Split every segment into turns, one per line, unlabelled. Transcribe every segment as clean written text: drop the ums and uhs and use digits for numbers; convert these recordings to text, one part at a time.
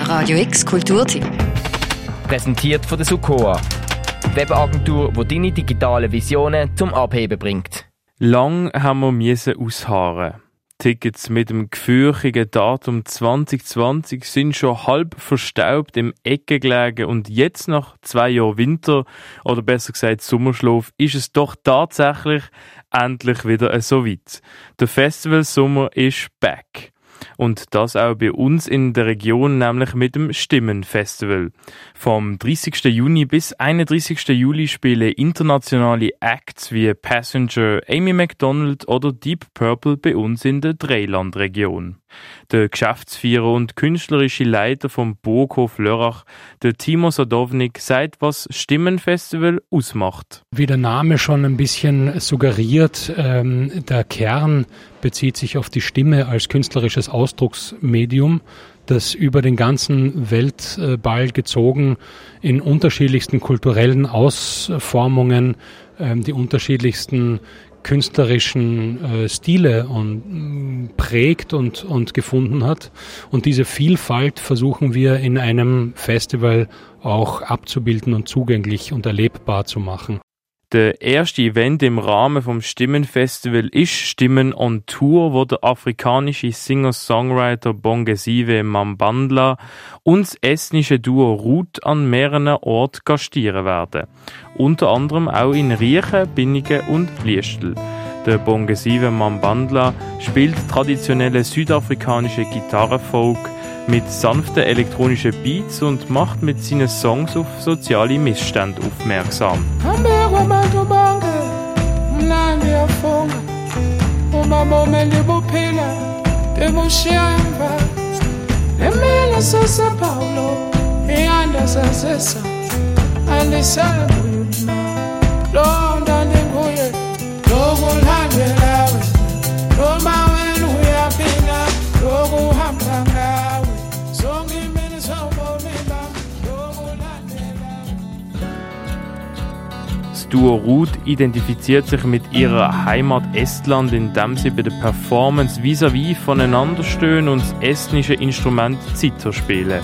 Radio X Kulturtipp.
Präsentiert von der Sukoa, die Webagentur, die deine digitalen Visionen zum Abheben bringt.
Lang haben wir ausharren. Tickets mit dem gefürchigen Datum 2020 sind schon halb verstaubt im Ecke gelegen und jetzt nach 2 Jahren Winter, oder besser gesagt Sommerschlaf, ist es doch tatsächlich endlich wieder so weit. Der Festivalsommer ist back. Und das auch bei uns in der Region, nämlich mit dem Stimmenfestival. Vom 30. Juni bis 31. Juli spielen internationale Acts wie Passenger, Amy Macdonald oder Deep Purple bei uns in der Dreilandregion. Der Geschäftsführer und künstlerische Leiter vom Burghof Lörrach, der Timo Sadownik, sagt, was Stimmenfestival ausmacht.
Wie der Name schon ein bisschen suggeriert, der Kern bezieht sich auf die Stimme als künstlerisches Ausdrucksmedium, das über den ganzen Weltball gezogen in unterschiedlichsten kulturellen Ausformungen die unterschiedlichsten künstlerischen Stile und prägt und gefunden hat. Und diese Vielfalt versuchen wir in einem Festival auch abzubilden und zugänglich und erlebbar zu machen.
Der erste Event im Rahmen vom Stimmenfestival ist Stimmen on Tour, wo der afrikanische Singer-Songwriter Bongesiwe Mambandla und das estnische Duo Ruth an mehreren Orten gastieren werden. Unter anderem auch in Riechen, Binnigen und Liestel. Der Bongesiwe Mambandla spielt traditionelle südafrikanische Gitarrenfolk mit sanften elektronischen Beats und macht mit seinen Songs auf soziale Missstände aufmerksam. Das Duo Ruth identifiziert sich mit ihrer Heimat Estland, indem sie bei der Performance vis-à-vis voneinander stehen und das estnische Instrument Zither spielen.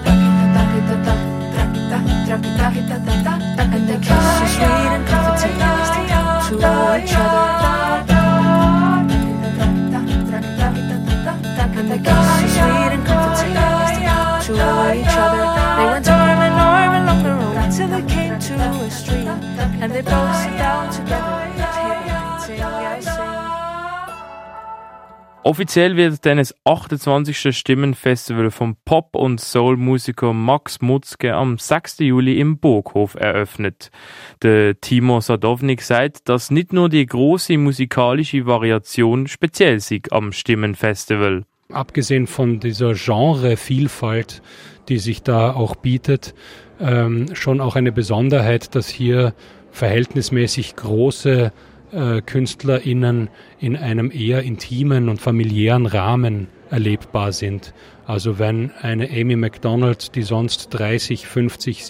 Offiziell wird dann das 28. Stimmenfestival vom Pop- und Soul-Musiker Max Mutzke am 6. Juli im Burghof eröffnet. Der Timo Sadownik sagt, dass nicht nur die große musikalische Variation speziell sei am Stimmenfestival.
Abgesehen von dieser Genrevielfalt, die sich da auch bietet, schon auch eine Besonderheit, dass hier verhältnismäßig große KünstlerInnen in einem eher intimen und familiären Rahmen erlebbar sind. Also wenn eine Amy Macdonald, die sonst 30, 50,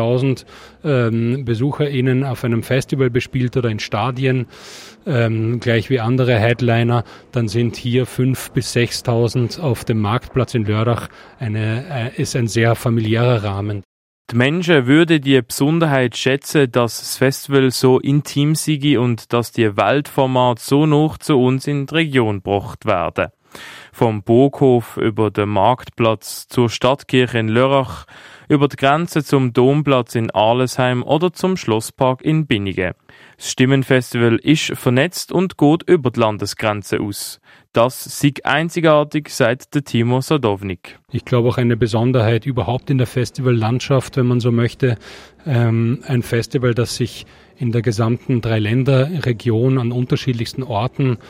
70.000 BesucherInnen auf einem Festival bespielt oder in Stadien, gleich wie andere Headliner, dann sind hier 5.000 bis 6.000 auf dem Marktplatz in Lörrach ist ein sehr familiärer Rahmen.
Die Menschen würden die Besonderheit schätzen, dass das Festival so intim sei und dass die Weltformate so nah zu uns in die Region gebracht werden. Vom Burghof über den Marktplatz zur Stadtkirche in Lörrach, über die Grenze zum Domplatz in Arlesheim oder zum Schlosspark in Binnigen. Das Stimmenfestival ist vernetzt und geht über die Landesgrenze aus. Das sei einzigartig, sagt der Timo Sadownik.
Ich glaube auch eine Besonderheit überhaupt in der Festivallandschaft, wenn man so möchte. Ein Festival, das sich in der gesamten Dreiländerregion an unterschiedlichsten Orten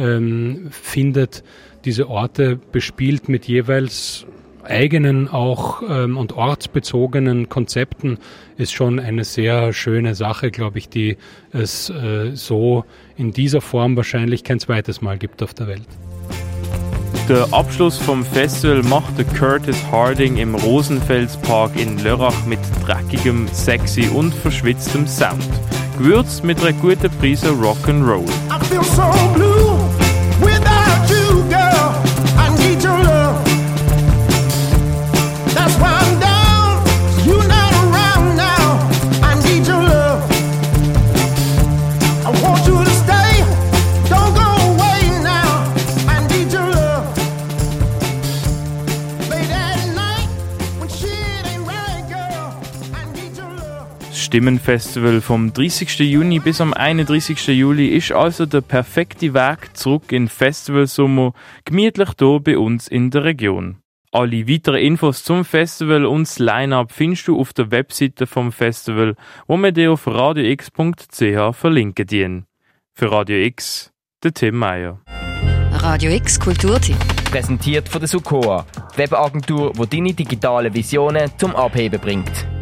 findet. Diese Orte bespielt mit jeweils eigenen auch und ortsbezogenen Konzepten, ist schon eine sehr schöne Sache, glaube ich, die es so in dieser Form wahrscheinlich kein zweites Mal gibt auf der Welt.
Der Abschluss vom Festival macht der Curtis Harding im Rosenfelspark in Lörrach mit dreckigem, sexy und verschwitztem Sound. Gewürzt mit einer guten Prise Rock'n'Roll.
I feel so blue without you, girl. I need your love. That's
Stimmenfestival vom 30. Juni bis am 31. Juli ist also der perfekte Weg zurück in den Festivalsommer, gemütlich hier bei uns in der Region. Alle weiteren Infos zum Festival und das Line-Up findest du auf der Webseite vom Festival, wo wir dir auf radiox.ch verlinken dienen. Für Radio X, der Tim Meyer.
Radio X Kulturtipp.
Präsentiert von der Sukoa, die Webagentur, die deine digitalen Visionen zum Abheben bringt.